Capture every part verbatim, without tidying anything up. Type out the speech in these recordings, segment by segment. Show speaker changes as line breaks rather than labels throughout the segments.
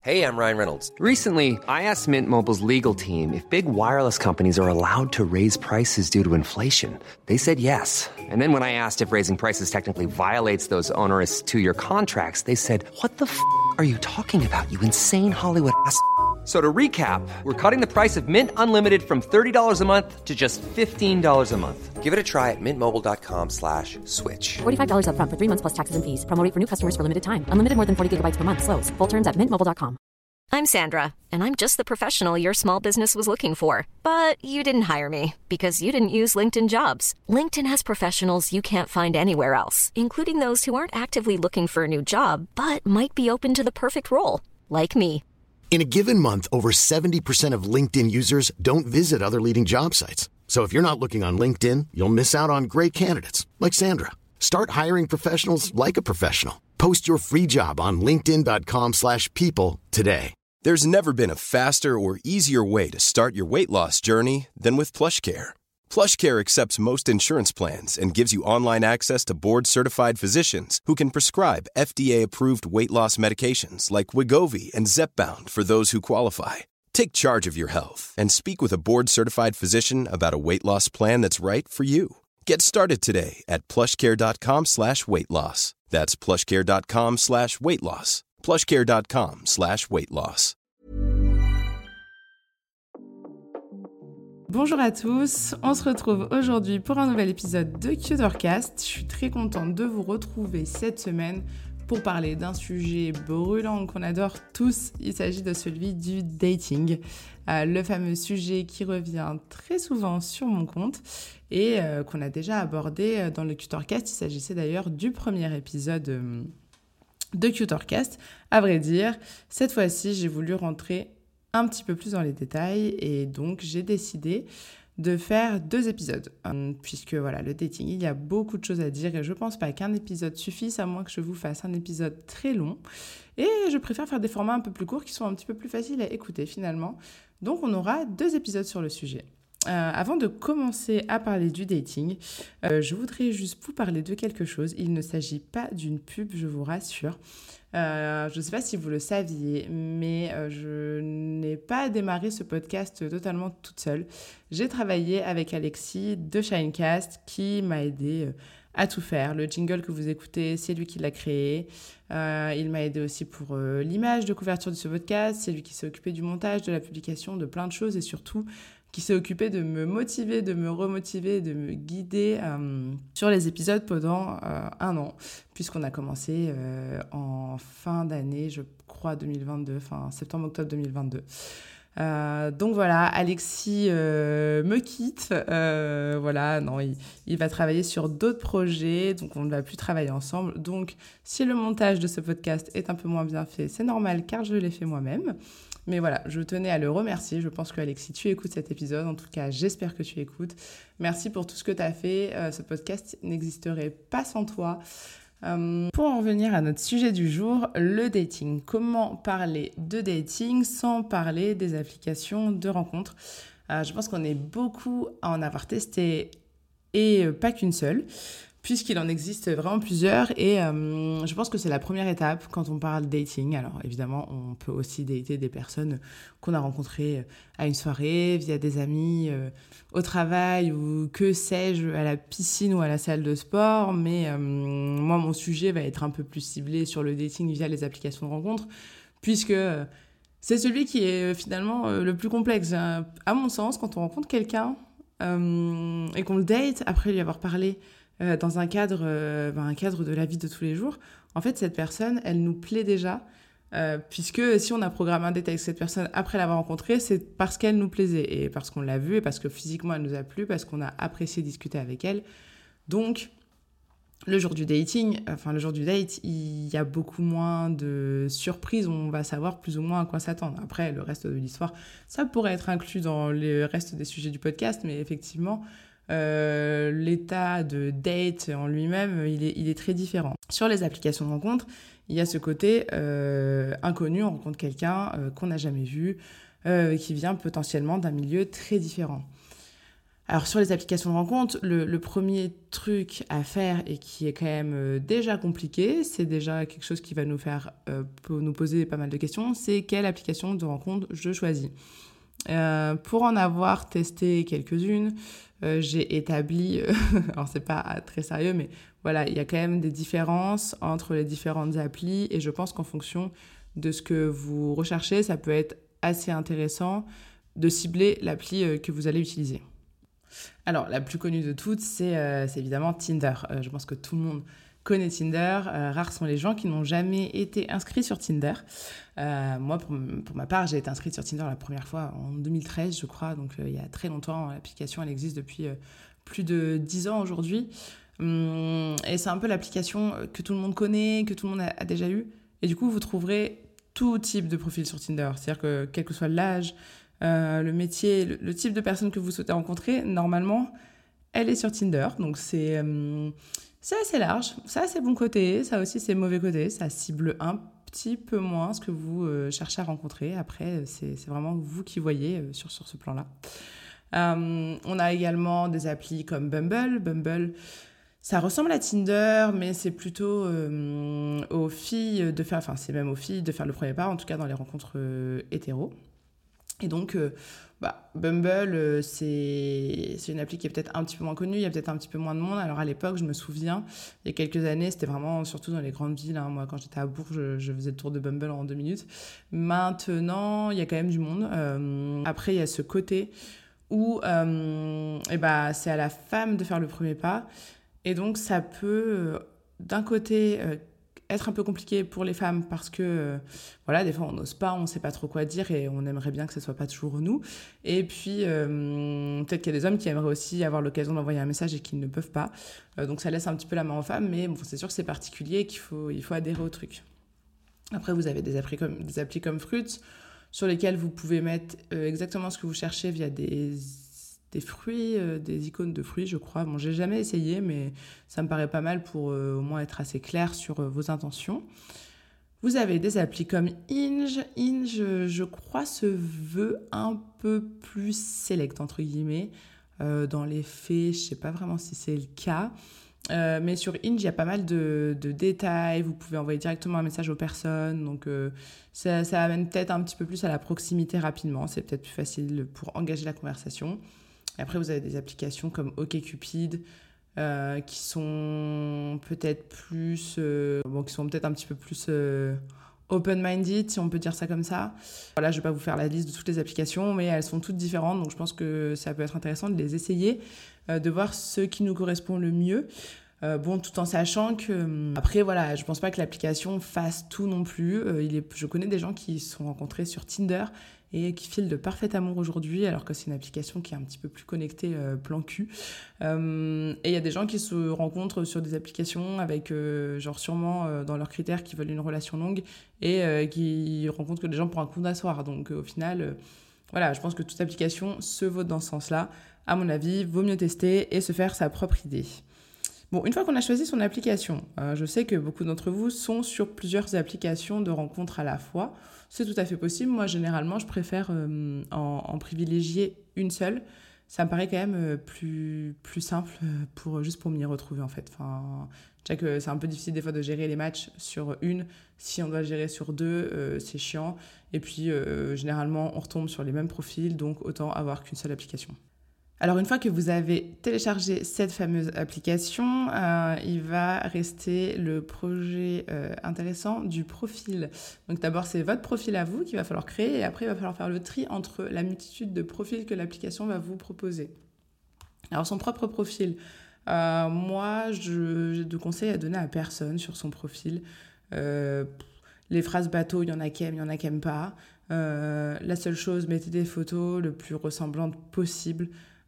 Hey, I'm Ryan Reynolds.
Recently, I asked Mint Mobile's legal team if big wireless companies are allowed to raise prices due to inflation. They said yes. And then when I asked if raising prices technically violates those onerous two-year contracts, they said, "What the f*** are you talking about, you insane Hollywood ass f- So to recap, we're cutting the price of Mint Unlimited from thirty dollars a month to just fifteen dollars a month.
Give it a try at mintmobile.com slash switch.
forty-five dollars up front for three months plus taxes and fees. Promo rate for new customers for limited time. Unlimited more than forty gigabytes per month. Slows full terms at mint mobile dot com.
I'm Sandra, and I'm just the professional your small business was looking for. But you didn't hire me because you didn't use LinkedIn Jobs. LinkedIn has professionals you can't find anywhere else, including those who aren't actively looking for a new job, but might be open to the perfect role, like me.
In a given month, over seventy percent of LinkedIn users don't visit other leading job sites. So if you're not looking on LinkedIn, you'll miss out on great candidates like Sandra. Start hiring professionals like a professional. Post your free job on linkedin.com slash people today.
There's never been a faster or easier way to start your weight loss journey than with PlushCare. PlushCare accepts most insurance plans and gives you online access to board-certified physicians who can prescribe F D A-approved weight loss medications like Wegovy and Zepbound for those who qualify. Take charge of your health and speak with a board-certified physician about a weight loss plan that's right for you. Get started today at plushcare.com slash weight loss. That's plushcare.com slash weight loss. plushcare.com slash weight loss.
Bonjour à tous, on se retrouve aujourd'hui pour un nouvel épisode de Cutercast. Je suis très contente de vous retrouver cette semaine pour parler d'un sujet brûlant qu'on adore tous. Il s'agit de celui du dating, euh, le fameux sujet qui revient très souvent sur mon compte et euh, qu'on a déjà abordé dans le Cutercast. Il s'agissait d'ailleurs du premier épisode euh, de Cutercast. À vrai dire, cette fois-ci, j'ai voulu rentrer un petit peu plus dans les détails et donc j'ai décidé de faire deux épisodes euh, puisque voilà, le dating, il y a beaucoup de choses à dire et je pense pas qu'un épisode suffise à moins que je vous fasse un épisode très long et je préfère faire des formats un peu plus courts qui sont un petit peu plus faciles à écouter finalement. Donc on aura deux épisodes sur le sujet. Euh, avant de commencer à parler du dating, euh, je voudrais juste vous parler de quelque chose. Il ne s'agit pas d'une pub, je vous rassure. Euh, je ne sais pas si vous le saviez, mais euh, je n'ai pas démarré ce podcast totalement toute seule. J'ai travaillé avec Alexis de Shinecast qui m'a aidé euh, à tout faire. Le jingle que vous écoutez, c'est lui qui l'a créé. Euh, il m'a aidé aussi pour euh, l'image de couverture de ce podcast. C'est lui qui s'est occupé du montage, de la publication, de plein de choses et surtout qui s'est occupé de me motiver, de me remotiver, de me guider euh, sur les épisodes pendant euh, un an, puisqu'on a commencé euh, en fin d'année, je crois deux mille vingt-deux, fin septembre-octobre deux mille vingt-deux. Euh, donc voilà, Alexis euh, me quitte, euh, voilà, non, il, il va travailler sur d'autres projets, donc on ne va plus travailler ensemble. Donc si le montage de ce podcast est un peu moins bien fait, c'est normal car je l'ai fait moi-même. Mais voilà, je tenais à le remercier. Je pense que Alexis, tu écoutes cet épisode. En tout cas, j'espère que tu écoutes. Merci pour tout ce que tu as fait. Euh, ce podcast n'existerait pas sans toi. Euh, pour en revenir à notre sujet du jour, le dating. Comment parler de dating sans parler des applications de rencontres ? euh, Je pense qu'on est beaucoup à en avoir testé et euh, pas qu'une seule, puisqu'il en existe vraiment plusieurs et euh, je pense que c'est la première étape quand on parle dating. Alors évidemment, on peut aussi dater des personnes qu'on a rencontrées à une soirée, via des amis, euh, au travail ou que sais-je, à la piscine ou à la salle de sport. Mais euh, moi, mon sujet va être un peu plus ciblé sur le dating via les applications de rencontres, puisque euh, c'est celui qui est finalement euh, le plus complexe. À mon sens, quand on rencontre quelqu'un euh, et qu'on le date, après lui avoir parlé Euh, dans un cadre, euh, ben, un cadre de la vie de tous les jours, en fait, cette personne, elle nous plaît déjà, euh, puisque si on a programmé un date avec cette personne après l'avoir rencontrée, c'est parce qu'elle nous plaisait, et parce qu'on l'a vue, et parce que physiquement, elle nous a plu, parce qu'on a apprécié discuter avec elle. Donc, le jour du dating, enfin, le jour du date, il y a beaucoup moins de surprises, on va savoir plus ou moins à quoi s'attendre. Après, le reste de l'histoire, ça pourrait être inclus dans le reste des sujets du podcast, mais effectivement, Euh, l'état de date en lui-même, il est, il est très différent. Sur les applications de rencontre, il y a ce côté euh, inconnu, on rencontre quelqu'un euh, qu'on n'a jamais vu, euh, qui vient potentiellement d'un milieu très différent. Alors sur les applications de rencontre, le, le premier truc à faire et qui est quand même euh, déjà compliqué, c'est déjà quelque chose qui va nous faire euh, nous poser pas mal de questions, c'est quelle application de rencontre je choisis. Euh, pour en avoir testé quelques-unes, euh, j'ai établi, euh, alors c'est pas très sérieux, mais voilà, il y a quand même des différences entre les différentes applis et je pense qu'en fonction de ce que vous recherchez, ça peut être assez intéressant de cibler l'appli euh, que vous allez utiliser. Alors, la plus connue de toutes, c'est, euh, c'est évidemment Tinder. Euh, je pense que tout le monde connaît Tinder. Euh, rares sont les gens qui n'ont jamais été inscrits sur Tinder. Euh, moi, pour, pour ma part, j'ai été inscrite sur Tinder la première fois en deux mille treize, je crois. Donc, euh, il y a très longtemps. L'application, elle existe depuis euh, plus de dix ans aujourd'hui. Hum, et c'est un peu l'application que tout le monde connaît, que tout le monde a, a déjà eu. Et du coup, vous trouverez tout type de profil sur Tinder. C'est-à-dire que quel que soit l'âge, Euh, le métier, le, le type de personne que vous souhaitez rencontrer, normalement, elle est sur Tinder. Donc, c'est, euh, c'est assez large. Ça a ses bons côtés, ça a aussi ses mauvais côtés. Ça cible un petit peu moins ce que vous euh, cherchez à rencontrer. Après, c'est, c'est vraiment vous qui voyez euh, sur, sur ce plan-là. Euh, on a également des applis comme Bumble. Bumble, ça ressemble à Tinder, mais c'est plutôt euh, aux filles de faire... Enfin, c'est même aux filles de faire le premier pas, en tout cas dans les rencontres euh, hétéros. Et donc, euh, bah, Bumble, euh, c'est, c'est une appli qui est peut-être un petit peu moins connue, il y a peut-être un petit peu moins de monde. Alors à l'époque, je me souviens, il y a quelques années, c'était vraiment surtout dans les grandes villes. Hein. Moi, quand j'étais à Bourges, je, je faisais le tour de Bumble en deux minutes. Maintenant, il y a quand même du monde. Euh, après, il y a ce côté où euh, et bah, c'est à la femme de faire le premier pas. Et donc, ça peut, euh, d'un côté... Euh, être un peu compliqué pour les femmes parce que euh, voilà, des fois on n'ose pas, on ne sait pas trop quoi dire et on aimerait bien que ce ne soit pas toujours nous. Et puis euh, peut-être qu'il y a des hommes qui aimeraient aussi avoir l'occasion d'envoyer un message et qui ne peuvent pas. Euh, donc ça laisse un petit peu la main aux femmes, mais bon, c'est sûr que c'est particulier et qu'il faut, il faut adhérer au truc. Après, vous avez des applis comme, des applis comme Fruits sur lesquelles vous pouvez mettre euh, exactement ce que vous cherchez via des... des fruits, euh, des icônes de fruits, je crois. Bon, j'ai jamais essayé, mais ça me paraît pas mal pour euh, au moins être assez clair sur euh, vos intentions. Vous avez des applis comme Hinge. Hinge, je, je crois, se veut un peu plus select, entre guillemets. Euh, dans les faits, je sais pas vraiment si c'est le cas. Euh, mais sur Hinge, il y a pas mal de, de détails. Vous pouvez envoyer directement un message aux personnes. Donc, euh, ça, ça amène peut-être un petit peu plus à la proximité rapidement. C'est peut-être plus facile pour engager la conversation. Après, vous avez des applications comme OkCupid euh, qui sont peut-être plus, euh, bon, qui sont peut-être un petit peu plus euh, open-minded, si on peut dire ça comme ça. Voilà, je ne vais pas vous faire la liste de toutes les applications, mais elles sont toutes différentes, donc je pense que ça peut être intéressant de les essayer, euh, de voir ce qui nous correspond le mieux. Euh, bon, tout en sachant que... Euh, après, voilà, je pense pas que l'application fasse tout non plus. Euh, il est, je connais des gens qui se sont rencontrés sur Tinder et qui filent de parfait amour aujourd'hui, alors que c'est une application qui est un petit peu plus connectée euh, plan cul. Euh, et il y a des gens qui se rencontrent sur des applications avec, euh, genre sûrement euh, dans leurs critères, qui veulent une relation longue et euh, qui rencontrent que des gens pour un coup d'un soir. Donc euh, au final, euh, voilà, je pense que toute application se vaut dans ce sens-là. À mon avis, vaut mieux tester et se faire sa propre idée. Bon, une fois qu'on a choisi son application, euh, je sais que beaucoup d'entre vous sont sur plusieurs applications de rencontres à la fois. C'est tout à fait possible. Moi, généralement, je préfère euh, en, en privilégier une seule. Ça me paraît quand même euh, plus, plus simple pour, juste pour m'y retrouver, en fait. Enfin, déjà que c'est un peu difficile des fois de gérer les matchs sur une. Si on doit gérer sur deux, euh, c'est chiant. Et puis, euh, généralement, on retombe sur les mêmes profils, donc autant avoir qu'une seule application. Alors, une fois que vous avez téléchargé cette fameuse application, euh, il va rester le projet euh, intéressant du profil. Donc, d'abord, c'est votre profil à vous qu'il va falloir créer et après, il va falloir faire le tri entre la multitude de profils que l'application va vous proposer. Alors, son propre profil, euh, moi, je, j'ai de conseils à donner à personne sur son profil. Euh, les phrases bateau, il y en a qui aiment, il y en a qui n'aiment pas. Euh, la seule chose, mettez des photos le plus ressemblantes possible.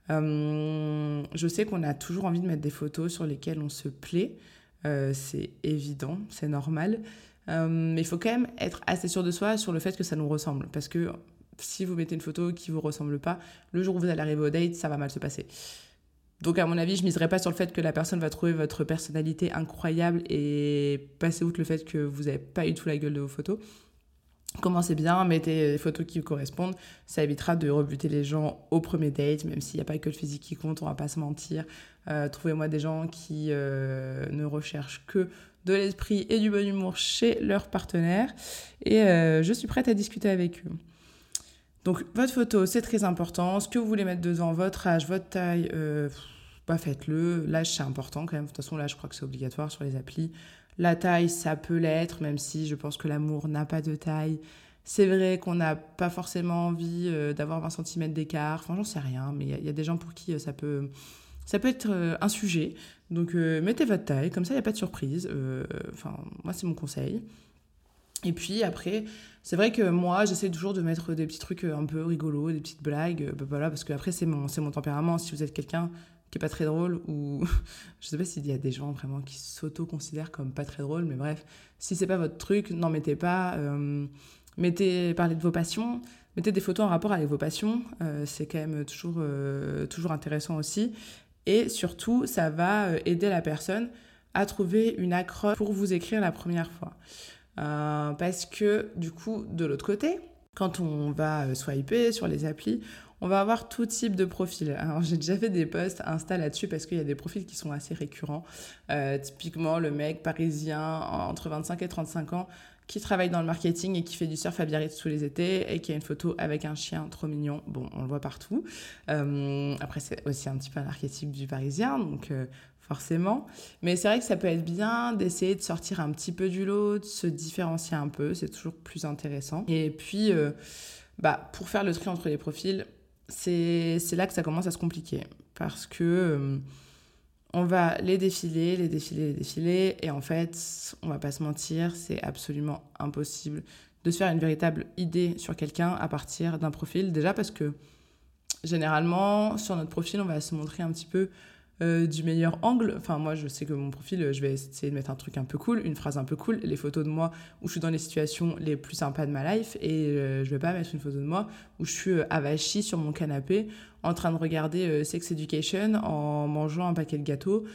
Euh, je sais qu'on a toujours envie de mettre des photos sur lesquelles on se plaît, euh, c'est évident, c'est normal, euh, mais il faut quand même être assez sûr de soi sur le fait que ça nous ressemble, parce que si vous mettez une photo qui ne vous ressemble pas, le jour où vous allez arriver au date, ça va mal se passer. Donc à mon avis, je ne miserai pas sur le fait que la personne va trouver votre personnalité incroyable et passer outre le fait que vous n'avez pas eu tout la gueule de vos photos. Commencez bien, mettez les photos qui vous correspondent. Ça évitera de rebuter les gens au premier date, même s'il n'y a pas que le physique qui compte, on va pas se mentir. Euh, trouvez-moi des gens qui euh, ne recherchent que de l'esprit et du bon humour chez leur partenaire. Et euh, je suis prête à discuter avec eux. Donc, votre photo, c'est très important. Ce que vous voulez mettre dedans, votre âge, votre taille, euh, bah faites-le. L'âge, c'est important quand même. De toute façon, là, je crois que c'est obligatoire sur les applis. La taille, ça peut l'être, même si je pense que l'amour n'a pas de taille. C'est vrai qu'on n'a pas forcément envie euh, d'avoir vingt centimètres d'écart. Enfin, j'en sais rien, mais il y, y a des gens pour qui euh, ça peut, ça peut être euh, un sujet. Donc, euh, mettez votre taille, comme ça, il n'y a pas de surprise. Euh, enfin, moi, c'est mon conseil. Et puis après, c'est vrai que moi, j'essaie toujours de mettre des petits trucs un peu rigolos, des petites blagues, bah voilà, parce que après c'est mon, c'est mon tempérament. Si vous êtes quelqu'un qui est pas très drôle, ou je sais pas s'il y a des gens vraiment qui s'auto-considèrent comme pas très drôles, mais bref, si c'est pas votre truc, n'en mettez pas. Euh, mettez, parlez de vos passions, mettez des photos en rapport avec vos passions, euh, c'est quand même toujours, euh, toujours intéressant aussi. Et surtout, ça va aider la personne à trouver une accroche pour vous écrire la première fois. Euh, parce que du coup, de l'autre côté, quand on va swiper sur les applis, on va avoir tout type de profils. Alors, j'ai déjà fait des posts Insta là-dessus parce qu'il y a des profils qui sont assez récurrents. Euh, typiquement, le mec parisien entre vingt-cinq et trente-cinq ans qui travaille dans le marketing et qui fait du surf à Biarritz tous les étés et qui a une photo avec un chien trop mignon. Bon, on le voit partout. Euh, après, c'est aussi un petit peu un archétype du parisien, donc euh, forcément. Mais c'est vrai que ça peut être bien d'essayer de sortir un petit peu du lot, de se différencier un peu. C'est toujours plus intéressant. Et puis, euh, bah, pour faire le tri entre les profils, c'est, c'est là que ça commence à se compliquer. Parce que... Euh, on va les défiler, les défiler, les défiler, et en fait, on va pas se mentir, c'est absolument impossible de se faire une véritable idée sur quelqu'un à partir d'un profil. Déjà parce que, généralement, sur notre profil, on va se montrer un petit peu euh, du meilleur angle. Enfin, moi, je sais que mon profil, je vais essayer de mettre un truc un peu cool, une phrase un peu cool, les photos de moi où je suis dans les situations les plus sympas de ma life, et euh, je vais pas mettre une photo de moi où je suis euh, avachie sur mon canapé en train de regarder euh, Sex Education en mangeant un paquet de gâteaux.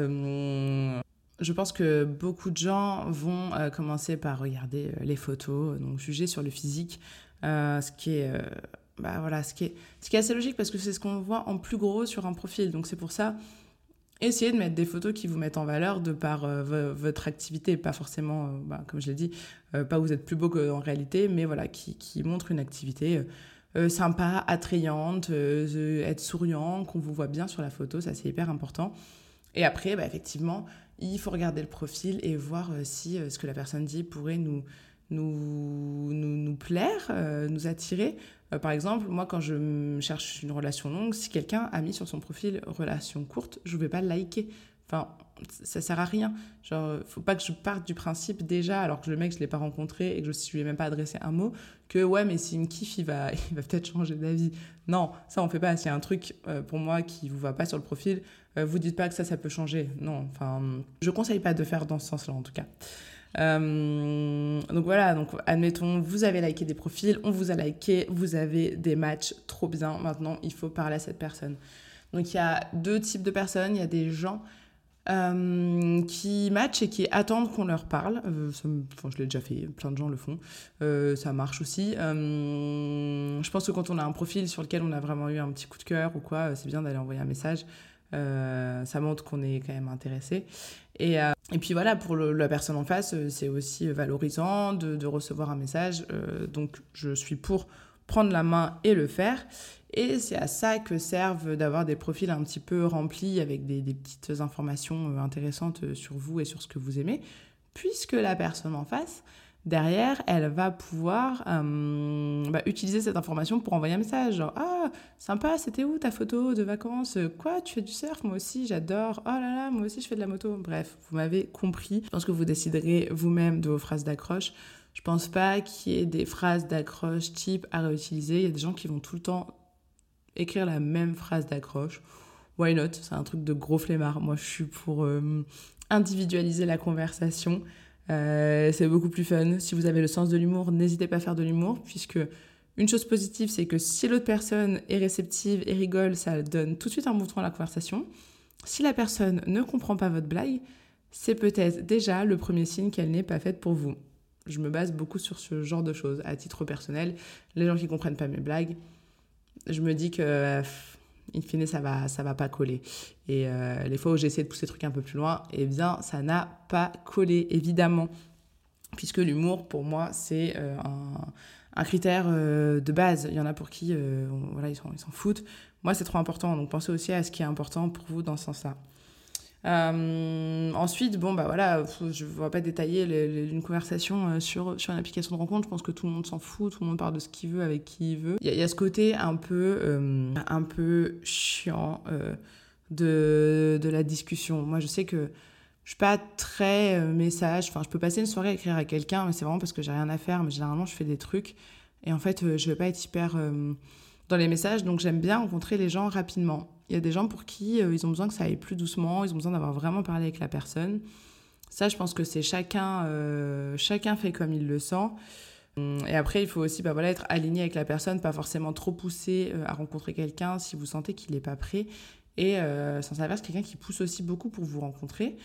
Euh, je pense que beaucoup de gens vont euh, commencer par regarder euh, les photos, donc juger sur le physique, euh, ce qui est... Euh, Bah voilà, ce qui, est, ce qui est assez logique parce que c'est ce qu'on voit en plus gros sur un profil. Donc c'est pour ça, essayez de mettre des photos qui vous mettent en valeur de par euh, v- votre activité, pas forcément, euh, bah, comme je l'ai dit, euh, pas vous êtes plus beau qu'en réalité, mais voilà, qui, qui montre une activité euh, euh, sympa, attrayante, euh, être souriant, qu'on vous voit bien sur la photo, ça c'est hyper important. Et après, bah, effectivement, il faut regarder le profil et voir euh, si euh, ce que la personne dit pourrait nous... Nous, nous, nous plaire, euh, nous attirer. Euh, par exemple, moi, quand je cherche une relation longue, si quelqu'un a mis sur son profil relation courte, je ne vais pas le liker. Enfin, ça ne sert à rien. Genre, il ne faut pas que je parte du principe déjà, alors que le mec, je ne l'ai pas rencontré et que je ne lui ai même pas adressé un mot, que ouais, mais s'il me kiffe, il va, il va peut-être changer d'avis. Non, ça, on ne fait pas. S'il y a un truc, euh, pour moi, qui ne vous va pas sur le profil, euh, vous ne dites pas que ça, ça peut changer. Non, enfin, je ne conseille pas de faire dans ce sens-là, en tout cas. Euh, donc voilà, donc admettons, vous avez liké des profils, on vous a liké, vous avez des matchs, trop bien, maintenant il faut parler à cette personne. Donc il y a deux types de personnes, il y a des gens euh, qui matchent et qui attendent qu'on leur parle, euh, ça me, enfin, je l'ai déjà fait, plein de gens le font, euh, ça marche aussi. Euh, je pense que quand on a un profil sur lequel on a vraiment eu un petit coup de cœur ou quoi, c'est bien d'aller envoyer un message. Euh, ça montre qu'on est quand même intéressé. Et, euh, et puis voilà, pour le, la personne en face, c'est aussi valorisant de, de recevoir un message. Euh, donc je suis pour prendre la main et le faire. Et c'est à ça que servent d'avoir des profils un petit peu remplis avec des, des petites informations intéressantes sur vous et sur ce que vous aimez, puisque la personne en face, derrière, elle va pouvoir euh, bah, utiliser cette information pour envoyer un message. Genre, ah, sympa, c'était où ta photo de vacances ? Quoi, tu fais du surf ? Moi aussi, j'adore. Oh là là, moi aussi, je fais de la moto. Bref, vous m'avez compris. Je pense que vous déciderez vous-même de vos phrases d'accroche. Je pense pas qu'il y ait des phrases d'accroche type à réutiliser. Il y a des gens qui vont tout le temps écrire la même phrase d'accroche. Why not ? C'est un truc de gros flemmard. Moi, je suis pour euh, individualiser la conversation. Euh, c'est beaucoup plus fun. Si vous avez le sens de l'humour, n'hésitez pas à faire de l'humour, puisque une chose positive, c'est que si l'autre personne est réceptive et rigole, ça donne tout de suite un bouton à la conversation. Si la personne ne comprend pas votre blague, c'est peut-être déjà le premier signe qu'elle n'est pas faite pour vous. je me base beaucoup sur ce genre de choses. À titre personnel, les gens qui comprennent pas mes blagues, je me dis que, euh, in fine, ça va, ça va pas coller. Et euh, les fois où j'ai essayé de pousser le truc un peu plus loin, eh bien, ça n'a pas collé, évidemment. Puisque l'humour, pour moi, c'est euh, un, un critère euh, de base. Il y en a pour qui, euh, on, voilà, ils s'en, ils s'en foutent. Moi, c'est trop important. Donc, pensez aussi à ce qui est important pour vous dans ce sens-là. Euh, ensuite, bon, bah voilà, je ne vais pas détailler les, les, une conversation sur, sur une application de rencontre. Je pense que tout le monde s'en fout, tout le monde parle de ce qu'il veut avec qui il veut. Il y, y a ce côté un peu, euh, un peu chiant euh, de, de la discussion. Moi, je sais que je suis pas très euh, message. Enfin, je peux passer une soirée à écrire à quelqu'un, mais c'est vraiment parce que j'ai rien à faire. Mais généralement, je fais des trucs. Et en fait, euh, je vais pas être hyper euh, dans les messages. Donc, j'aime bien rencontrer les gens rapidement. Il y a des gens pour qui euh, ils ont besoin que ça aille plus doucement. Ils ont besoin d'avoir vraiment parlé avec la personne. Ça, je pense que c'est chacun, euh, chacun fait comme il le sent. Et après, il faut aussi bah, voilà, être aligné avec la personne, pas forcément trop pousser euh, à rencontrer quelqu'un si vous sentez qu'il n'est pas prêt. Et euh, sans inverse, quelqu'un qui pousse aussi beaucoup pour vous rencontrer.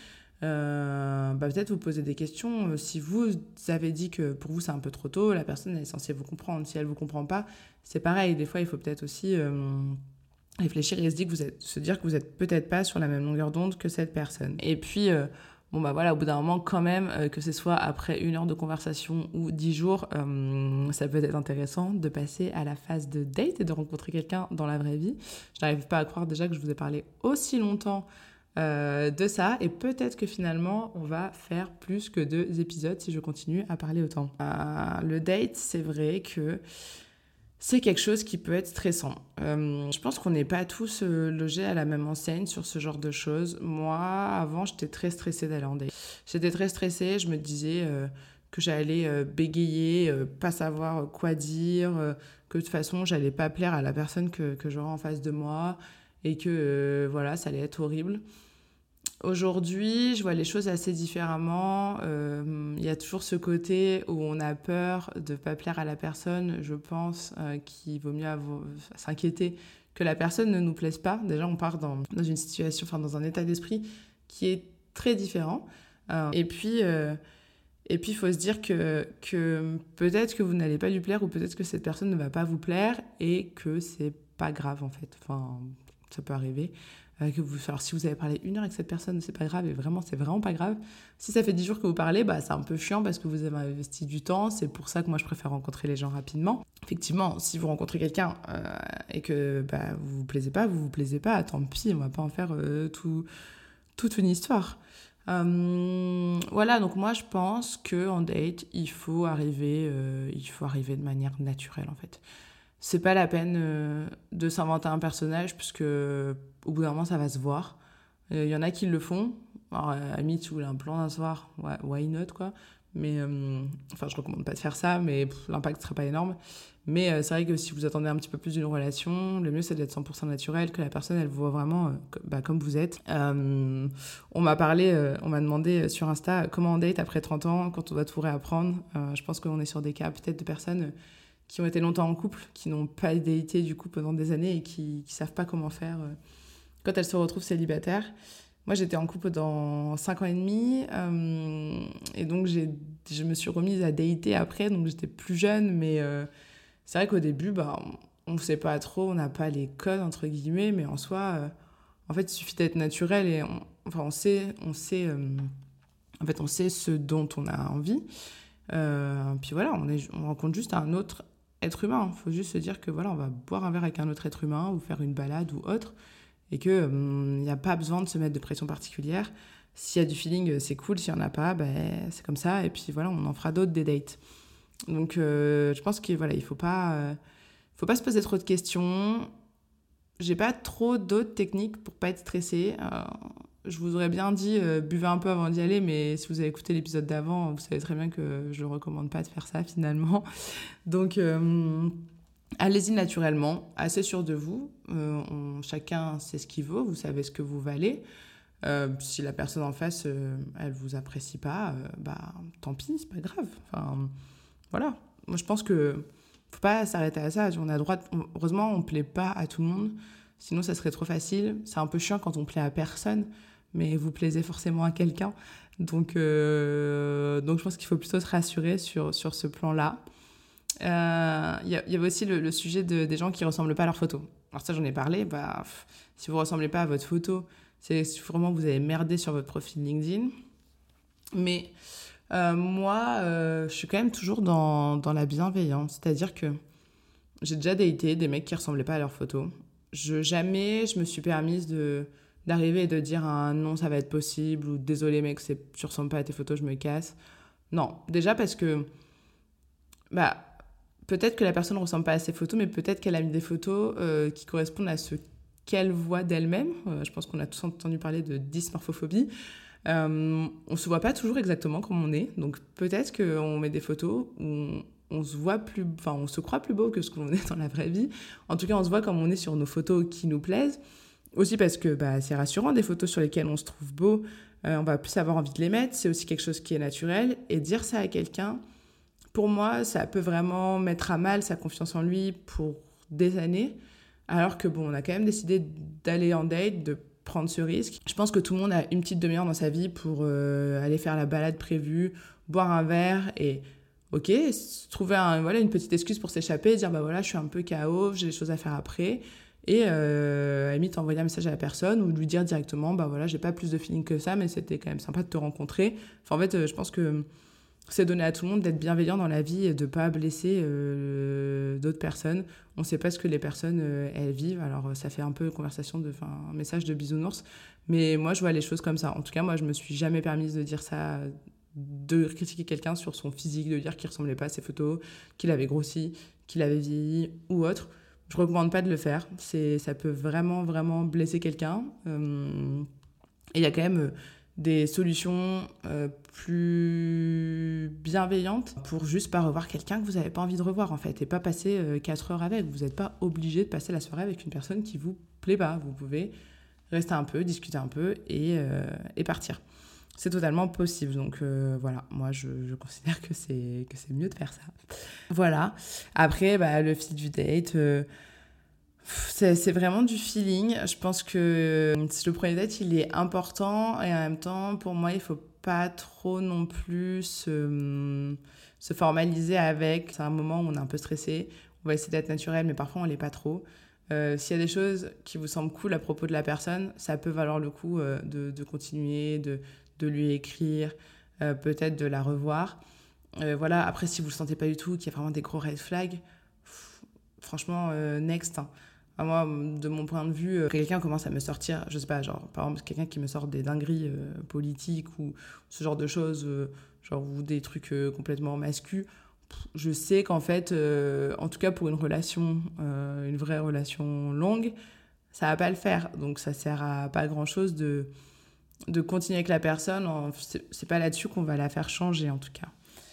Euh, bah peut-être vous poser des questions. Si vous avez dit que pour vous c'est un peu trop tôt, la personne elle est censée vous comprendre. Si elle ne vous comprend pas, c'est pareil. Des fois, il faut peut-être aussi euh, réfléchir et se dire, que vous êtes, se dire que vous n'êtes peut-être pas sur la même longueur d'onde que cette personne. Et puis, euh, bon bah voilà, au bout d'un moment, quand même, euh, que ce soit après une heure de conversation ou dix jours, euh, ça peut être intéressant de passer à la phase de date et de rencontrer quelqu'un dans la vraie vie. Je n'arrive pas à croire déjà que je vous ai parlé aussi longtemps Euh, de ça, et peut-être que finalement on va faire plus que deux épisodes si je continue à parler autant. Euh, le date, c'est vrai que c'est quelque chose qui peut être stressant. Euh, je pense qu'on n'est pas tous euh, logés à la même enseigne sur ce genre de choses. Moi, avant, j'étais très stressée d'aller en date. J'étais très stressée, je me disais euh, que j'allais euh, bégayer, euh, pas savoir quoi dire, euh, que de toute façon j'allais pas plaire à la personne que, que j'aurais en face de moi, et que euh, voilà, ça allait être horrible. Aujourd'hui, je vois les choses assez différemment. Euh, il y a toujours ce côté où on a peur de ne pas plaire à la personne. Je pense euh, qu'il vaut mieux avoir, s'inquiéter que la personne ne nous plaise pas. Déjà, on part dans, dans une situation, enfin dans un état d'esprit qui est très différent. Euh, et puis, euh, et puis, il faut se dire que, que peut-être que vous n'allez pas lui plaire, ou peut-être que cette personne ne va pas vous plaire, et que c'est pas grave en fait. Enfin, ça peut arriver. Euh, que vous, alors, si vous avez parlé une heure avec cette personne, c'est pas grave, et vraiment, c'est vraiment pas grave. Si ça fait dix jours que vous parlez, bah, c'est un peu chiant parce que vous avez investi du temps. C'est pour ça que moi, je préfère rencontrer les gens rapidement. Effectivement, si vous rencontrez quelqu'un euh, et que bah, vous vous plaisez pas, vous vous plaisez pas, tant pis, on va pas en faire euh, tout, toute une histoire. Euh, voilà, donc moi, je pense qu'en date, il faut arriver, euh, il faut arriver de manière naturelle, en fait. C'est pas la peine euh, de s'inventer un personnage, puisque au bout d'un moment, ça va se voir. Il euh, y en a qui le font. Alors, à la limite, si vous voulez un plan d'un soir, ouais, why not, quoi. Mais, euh, enfin, je recommande pas de faire ça, mais pff, l'impact serait pas énorme. Mais euh, c'est vrai que si vous attendez un petit peu plus d'une relation, le mieux, c'est d'être cent pour cent naturel, que la personne, elle vous voit vraiment euh, bah, comme vous êtes. Euh, on m'a parlé, euh, on m'a demandé sur Insta comment on date après trente ans, quand on doit tout réapprendre. Euh, je pense qu'on est sur des cas peut-être de personnes qui ont été longtemps en couple, qui n'ont pas daté du coup pendant des années et qui ne savent pas comment faire euh, quand elles se retrouvent célibataires. Moi, j'étais en couple dans cinq ans et demi, euh, et donc j'ai, je me suis remise à dater après, donc j'étais plus jeune, mais euh, c'est vrai qu'au début, bah, on ne sait pas trop, on n'a pas les codes, entre guillemets, mais en soi, euh, en fait, il suffit d'être naturel, et on, enfin, on sait, on sait, euh, en fait, on sait ce dont on a envie. Euh, puis voilà, on, est, on rencontre juste un autre être humain. Il faut juste se dire que voilà, on va boire un verre avec un autre être humain, ou faire une balade ou autre, et qu'il n'y euh, a pas besoin de se mettre de pression particulière. S'il y a du feeling, c'est cool. S'il n'y en a pas, ben, c'est comme ça. Et puis voilà, on en fera d'autres, des dates. Donc euh, je pense qu'il voilà, ne faut pas, euh, faut pas se poser trop de questions. J'ai pas trop d'autres techniques pour pas être stressée. Euh, je vous aurais bien dit, euh, buvez un peu avant d'y aller, mais si vous avez écouté l'épisode d'avant, vous savez très bien que je ne recommande pas de faire ça finalement. Donc, euh, allez-y naturellement, assez sûr de vous. Euh, on, chacun sait ce qu'il vaut, vous savez ce que vous valez. Euh, si la personne en face, euh, elle ne vous apprécie pas, euh, bah, tant pis, c'est pas grave. Enfin, voilà. Moi, je pense qu'il ne faut pas s'arrêter à ça. On a droit de, on, heureusement, on ne plaît pas à tout le monde. Sinon, ça serait trop facile. C'est un peu chiant quand on plaît à personne. mais vous plaisez forcément à quelqu'un. Donc, euh, donc je pense qu'il faut plutôt se rassurer sur, sur ce plan-là. Il euh, y, y avait aussi le, le sujet de, des gens qui ne ressemblent pas à leurs photos. Alors ça, j'en ai parlé. Bah, pff, si vous ne ressemblez pas à votre photo, c'est vraiment vous avez merdé sur votre profil LinkedIn. Mais euh, moi, euh, je suis quand même toujours dans, dans la bienveillance. C'est-à-dire que j'ai déjà daté des mecs qui ne ressemblaient pas à leurs photos. Je, jamais je me suis permise de, d'arriver et de dire un non, ça va être possible, ou désolé mec, c'est, tu ne ressembles pas à tes photos, je me casse. Non, déjà parce que bah, peut-être que la personne ne ressemble pas à ses photos, mais peut-être qu'elle a mis des photos euh, qui correspondent à ce qu'elle voit d'elle-même. Euh, je pense qu'on a tous entendu parler de dysmorphophobie. Euh, on ne se voit pas toujours exactement comme on est, donc peut-être qu'on met des photos où on, on se voit plus, enfin on se croit plus beau que ce qu'on est dans la vraie vie. En tout cas, on se voit comme on est sur nos photos qui nous plaisent. Aussi parce que bah, c'est rassurant, des photos sur lesquelles on se trouve beau, euh, on va plus avoir envie de les mettre. C'est aussi quelque chose qui est naturel. Et dire ça à quelqu'un, pour moi, ça peut vraiment mettre à mal sa confiance en lui pour des années. Alors que bon, on a quand même décidé d'aller en date, de prendre ce risque. Je pense que tout le monde a une petite demi-heure dans sa vie pour euh, aller faire la balade prévue, boire un verre et, ok, trouver un, voilà, une petite excuse pour s'échapper, dire bah voilà, je suis un peu K O, j'ai des choses à faire après. Et euh, à la limite, envoyer un message à la personne ou lui dire directement bah voilà, j'ai pas plus de feeling que ça, mais c'était quand même sympa de te rencontrer. Enfin, en fait, je pense que c'est donner à tout le monde d'être bienveillant dans la vie et de ne pas blesser euh, d'autres personnes. On ne sait pas ce que les personnes, euh, elles vivent. Alors, ça fait un peu conversation, de, un message de bisounours. Mais moi, je vois les choses comme ça. En tout cas, moi, je ne me suis jamais permise de dire ça, de critiquer quelqu'un sur son physique, de dire qu'il ne ressemblait pas à ses photos, qu'il avait grossi, qu'il avait vieilli ou autre. Je ne recommande pas de le faire. C'est, ça peut vraiment, vraiment blesser quelqu'un. Euh, et il y a quand même... Euh, des solutions euh, plus bienveillantes pour juste pas revoir quelqu'un que vous n'avez pas envie de revoir en fait et pas passer euh, quatre heures avec. Vous n'êtes pas obligé de passer la soirée avec une personne qui vous plaît pas. Vous pouvez rester un peu, discuter un peu et, euh, et partir. C'est totalement possible. Donc euh, voilà, moi je, je considère que c'est, que c'est mieux de faire ça. Voilà. Après, bah, le fil du date... Euh, C'est, c'est vraiment du feeling. Je pense que le premier date, il est important et en même temps, pour moi, il ne faut pas trop non plus se, se formaliser avec. C'est un moment où on est un peu stressé. On va essayer d'être naturel, mais parfois, on ne l'est pas trop. Euh, s'il y a des choses qui vous semblent cool à propos de la personne, ça peut valoir le coup euh, de, de continuer, de, de lui écrire, euh, peut-être de la revoir. Euh, voilà. Après, si vous ne le sentez pas du tout, qu'il y a vraiment des gros red flags, pff, franchement, euh, next, hein. À moi, de mon point de vue, euh, quelqu'un commence à me sortir, je sais pas, genre, par exemple, quelqu'un qui me sort des dingueries euh, politiques ou ce genre de choses, euh, genre, ou des trucs euh, complètement masculins, je sais qu'en fait, euh, en tout cas pour une relation, euh, une vraie relation longue, ça va pas le faire. Donc, ça sert à pas grand-chose de, de continuer avec la personne. C'est, c'est pas là-dessus qu'on va la faire changer, en tout cas.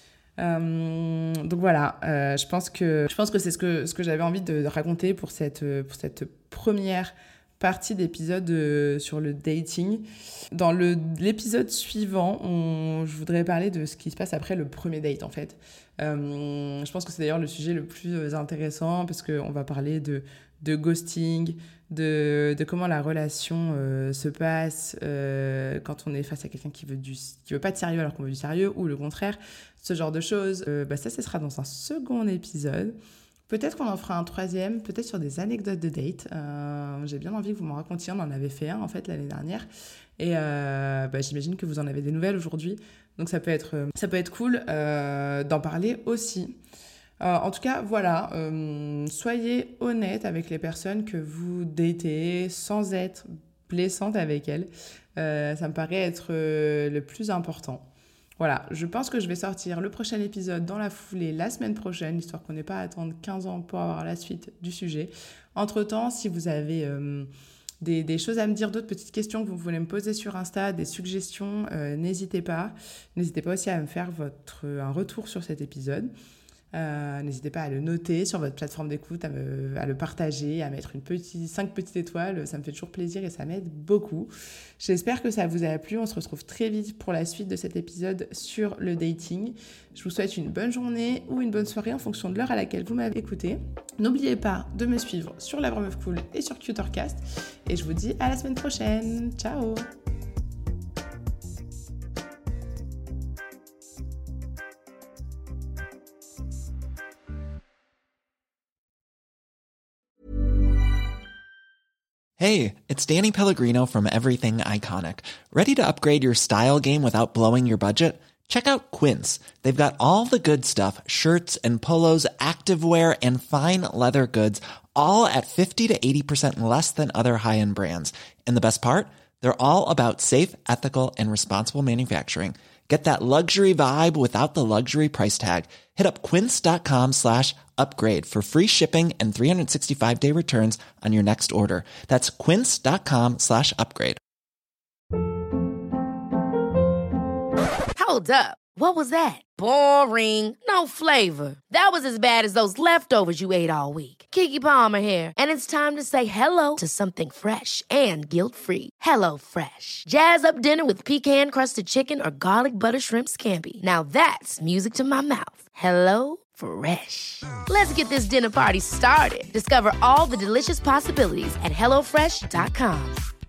Euh, donc voilà, euh, je pense que, je pense que c'est ce que, ce que j'avais envie de, de raconter pour cette, pour cette première partie d'épisode euh, sur le dating. Dans le, l'épisode suivant, on, je voudrais parler de ce qui se passe après le premier date en fait. Euh, je pense que c'est d'ailleurs le sujet le plus intéressant parce qu'on va parler de, de ghosting, de, de comment la relation euh, se passe euh, quand on est face à quelqu'un qui veut, du, qui veut pas de sérieux alors qu'on veut du sérieux ou le contraire, ce genre de choses. Euh, bah ça, ce sera dans un second épisode. Peut-être qu'on en fera un troisième, peut-être sur des anecdotes de date. Euh, j'ai bien envie que vous m'en racontiez. On en avait fait un, en fait, l'année dernière. Et euh, bah, j'imagine que vous en avez des nouvelles aujourd'hui. Donc, ça peut être, ça peut être cool euh, d'en parler aussi. Euh, en tout cas, voilà. Euh, soyez honnête avec les personnes que vous datez sans être blessante avec elles. Euh, ça me paraît être euh, le plus important. Voilà, je pense que je vais sortir le prochain épisode dans la foulée la semaine prochaine, histoire qu'on n'ait pas à attendre quinze ans pour avoir la suite du sujet. Entre-temps, si vous avez euh, des, des choses à me dire, d'autres petites questions que vous voulez me poser sur Insta, des suggestions, euh, n'hésitez pas. N'hésitez pas aussi à me faire votre, un retour sur cet épisode. Euh, n'hésitez pas à le noter sur votre plateforme d'écoute, à, me, à le partager, à mettre une petite, cinq petites étoiles, ça me fait toujours plaisir et ça m'aide beaucoup. J'espère que ça vous a plu, on se retrouve très vite pour la suite de cet épisode sur le dating. Je vous souhaite une bonne journée ou une bonne soirée en fonction de l'heure à laquelle vous m'avez écouté. N'oubliez pas de me suivre sur La Vraie Meuf Cool et sur Cutercast et je vous dis à la semaine prochaine. Ciao!
Hey, it's Danny Pellegrino from Everything Iconic. Ready to upgrade your style game without blowing your budget? Check out Quince. They've got all the good stuff, shirts and polos, activewear, and fine leather goods, all at fifty to eighty percent less than other high-end brands. And the best part? They're all about safe, ethical, and responsible manufacturing. Get that luxury vibe without the luxury price tag. Hit up quince.com slash upgrade for free shipping and three sixty-five day returns on your next order. That's quince.com slash upgrade.
Hold up. What was that? Boring. No flavor. That was as bad as those leftovers you ate all week. Keke Palmer here. And it's time to say hello to something fresh and guilt-free. Hello Fresh. Jazz up dinner with pecan-crusted chicken or garlic butter shrimp scampi. Now that's music to my mouth. Hello Fresh. Let's get this dinner party started. Discover all the delicious possibilities at hello fresh dot com.